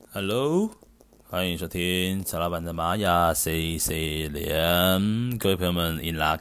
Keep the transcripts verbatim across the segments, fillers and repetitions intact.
Hello，欢迎收听曹老板的玛雅 C C 连，各位朋友们 in la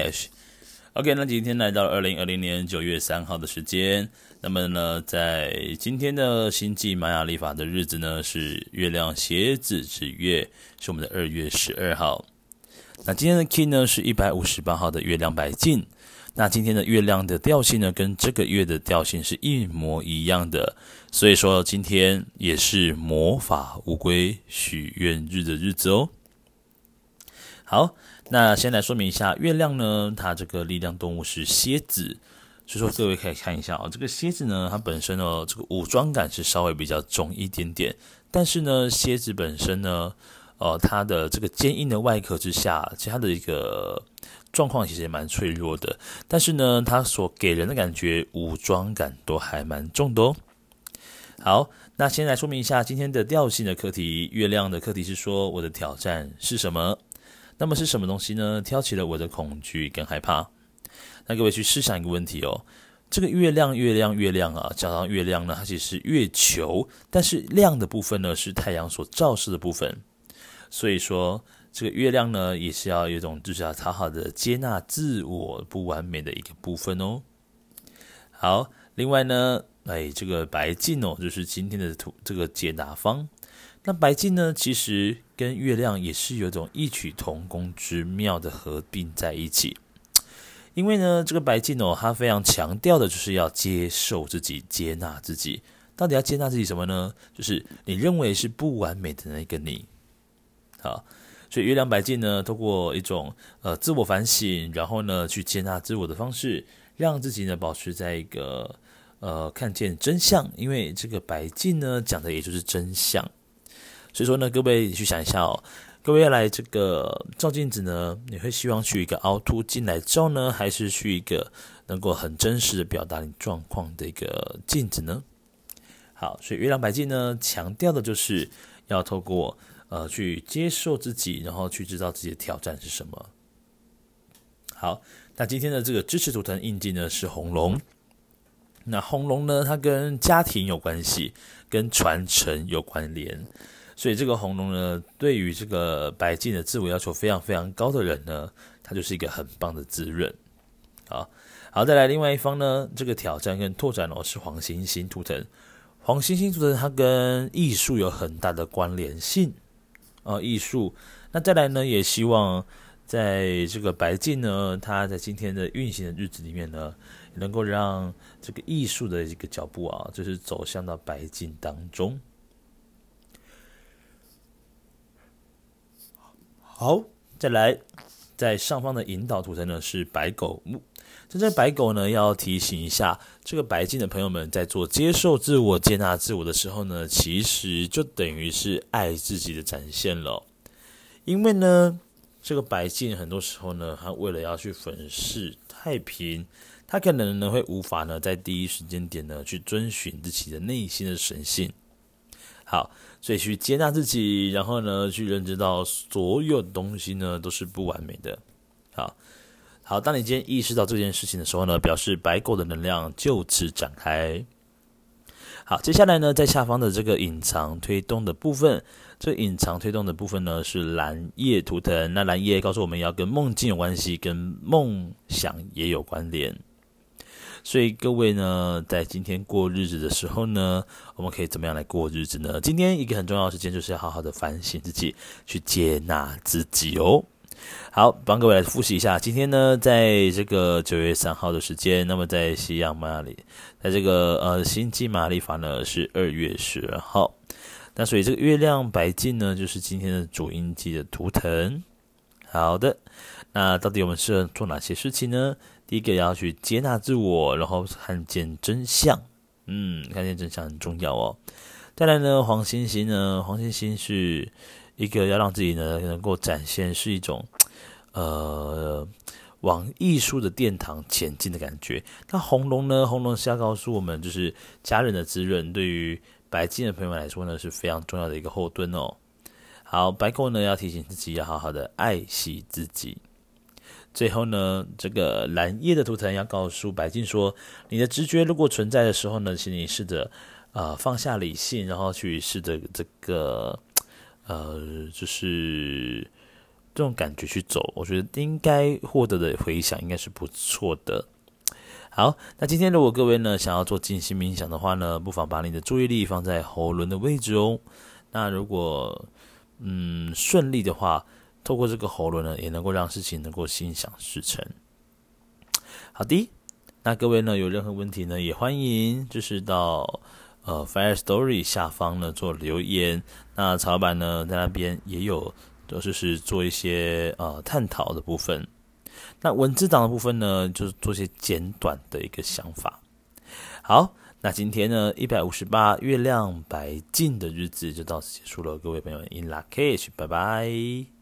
cash。OK， 那今天来到二零二零年九月三号的时间，那么呢，在今天的星际玛雅历法的日子呢，是月亮蝎子之月，是我们的二月十二号。那今天的 key 呢是一百五十八号的月亮白镜。那今天的月亮的调性呢，跟这个月的调性是一模一样的，所以说今天也是魔法乌龟许愿日的日子哦。好，那先来说明一下，月亮呢，它这个力量动物是蝎子，所以说各位可以看一下哦，这个蝎子呢，它本身哦，这个武装感是稍微比较重一点点，但是呢，蝎子本身呢，呃，它的这个坚硬的外壳之下，其实它的一个状况其实也蛮脆弱的，但是呢，它所给人的感觉武装感都还蛮重的哦。好，那先来说明一下今天的调性的课题。月亮的课题是说，我的挑战是什么？那么是什么东西呢？挑起了我的恐惧跟害怕。那各位去试想一个问题哦，这个月亮，月亮，月亮啊，讲到月亮呢，它其实是月球，但是亮的部分呢是太阳所照射的部分，所以说这个月亮呢，也是要有一种就是要好好的接纳自我不完美的一个部分哦。好，另外呢，哎，这个白镜哦，就是今天的图这个解答方。那白镜呢，其实跟月亮也是有一种异曲同工之妙的合并在一起。因为呢，这个白镜哦，它非常强调的就是要接受自己，接纳自己。到底要接纳自己什么呢？就是你认为是不完美的那个你。好。所以月亮白镜呢，透过一种呃自我反省，然后呢去接纳自我的方式，让自己呢保持在一个呃看见真相，因为这个白镜呢讲的也就是真相。所以说呢，各位去想一下哦，各位要来这个照镜子呢，你会希望去一个凹凸镜来照呢，还是去一个能够很真实的表达你状况的一个镜子呢？好，所以月亮白镜呢强调的就是要透过呃，去接受自己，然后去知道自己的挑战是什么。好，那今天的这个支持图腾印记呢是红龙。那红龙呢，它跟家庭有关系，跟传承有关联。所以这个红龙呢，对于这个白镜的自我要求非常非常高的人呢，它就是一个很棒的滋润。好，好，再来另外一方呢，这个挑战跟拓展哦是黄星星图腾。黄星星图腾它跟艺术有很大的关联性。呃，艺术，那再来呢，也希望在这个白镜呢，它在今天的运行的日子里面呢，能够让这个艺术的一个脚步啊，就是走向到白镜当中。好，再来，在上方的引导图腾呢是白狗木。这只白狗呢，要提醒一下这个白镜的朋友们，在做接受自我、接纳自我的时候呢，其实就等于是爱自己的展现了。因为呢，这个白镜很多时候呢，他为了要去粉饰太平，他可能呢会无法呢在第一时间点呢去遵循自己的内心的神性。好，所以去接纳自己，然后呢去认知到所有的东西呢都是不完美的。好。好，当你今天意识到这件事情的时候呢，表示白狗的能量就此展开。好，接下来呢，在下方的这个隐藏推动的部分，这个隐藏推动的部分呢是蓝叶图腾。那蓝叶告诉我们要跟梦境有关系，跟梦想也有关联。所以各位呢，在今天过日子的时候呢，我们可以怎么样来过日子呢？今天一个很重要的时间就是要好好的反省自己，去接纳自己哦。好，帮各位来复习一下。今天呢，在这个九月三号的时间，那么在西洋玛雅历，在这个呃星际玛雅历法呢是二月十二号。那所以这个月亮白镜呢，就是今天的主印记的图腾。好的，那到底我们适合做哪些事情呢？第一个要去接纳自我，然后看见真相。嗯，看见真相很重要哦。再来呢，黄星星呢，黄星星是一个要让自己呢能够展现是一种呃往艺术的殿堂前进的感觉。那红龙呢，红龙是要告诉我们，就是家人的滋润，对于白镜的朋友们来说呢是非常重要的一个后盾哦。好，白狗呢要提醒自己要好好的爱惜自己。 最后呢，这个蓝叶的图腾要告诉白净说，你的直觉如果存在的时候呢，请你试着呃放下理性，然后去试着这个呃就是这种感觉去走，我觉得应该获得的回响应该是不错的。好，那今天如果各位呢想要做静心冥想的话呢，不妨把你的注意力放在喉轮的位置哦。那如果嗯顺利的话，透过这个喉轮呢，也能够让事情能够心想事成。好的，那各位呢有任何问题呢，也欢迎就是到呃 Fire Story 下方呢做留言。那曹老板呢在那边也有就是做一些呃探讨的部分。那文字档的部分呢，就是做一些简短的一个想法。好，那今天呢一百五十八月亮白净的日子就到此结束了，各位朋友 In Lak'ech， 拜拜。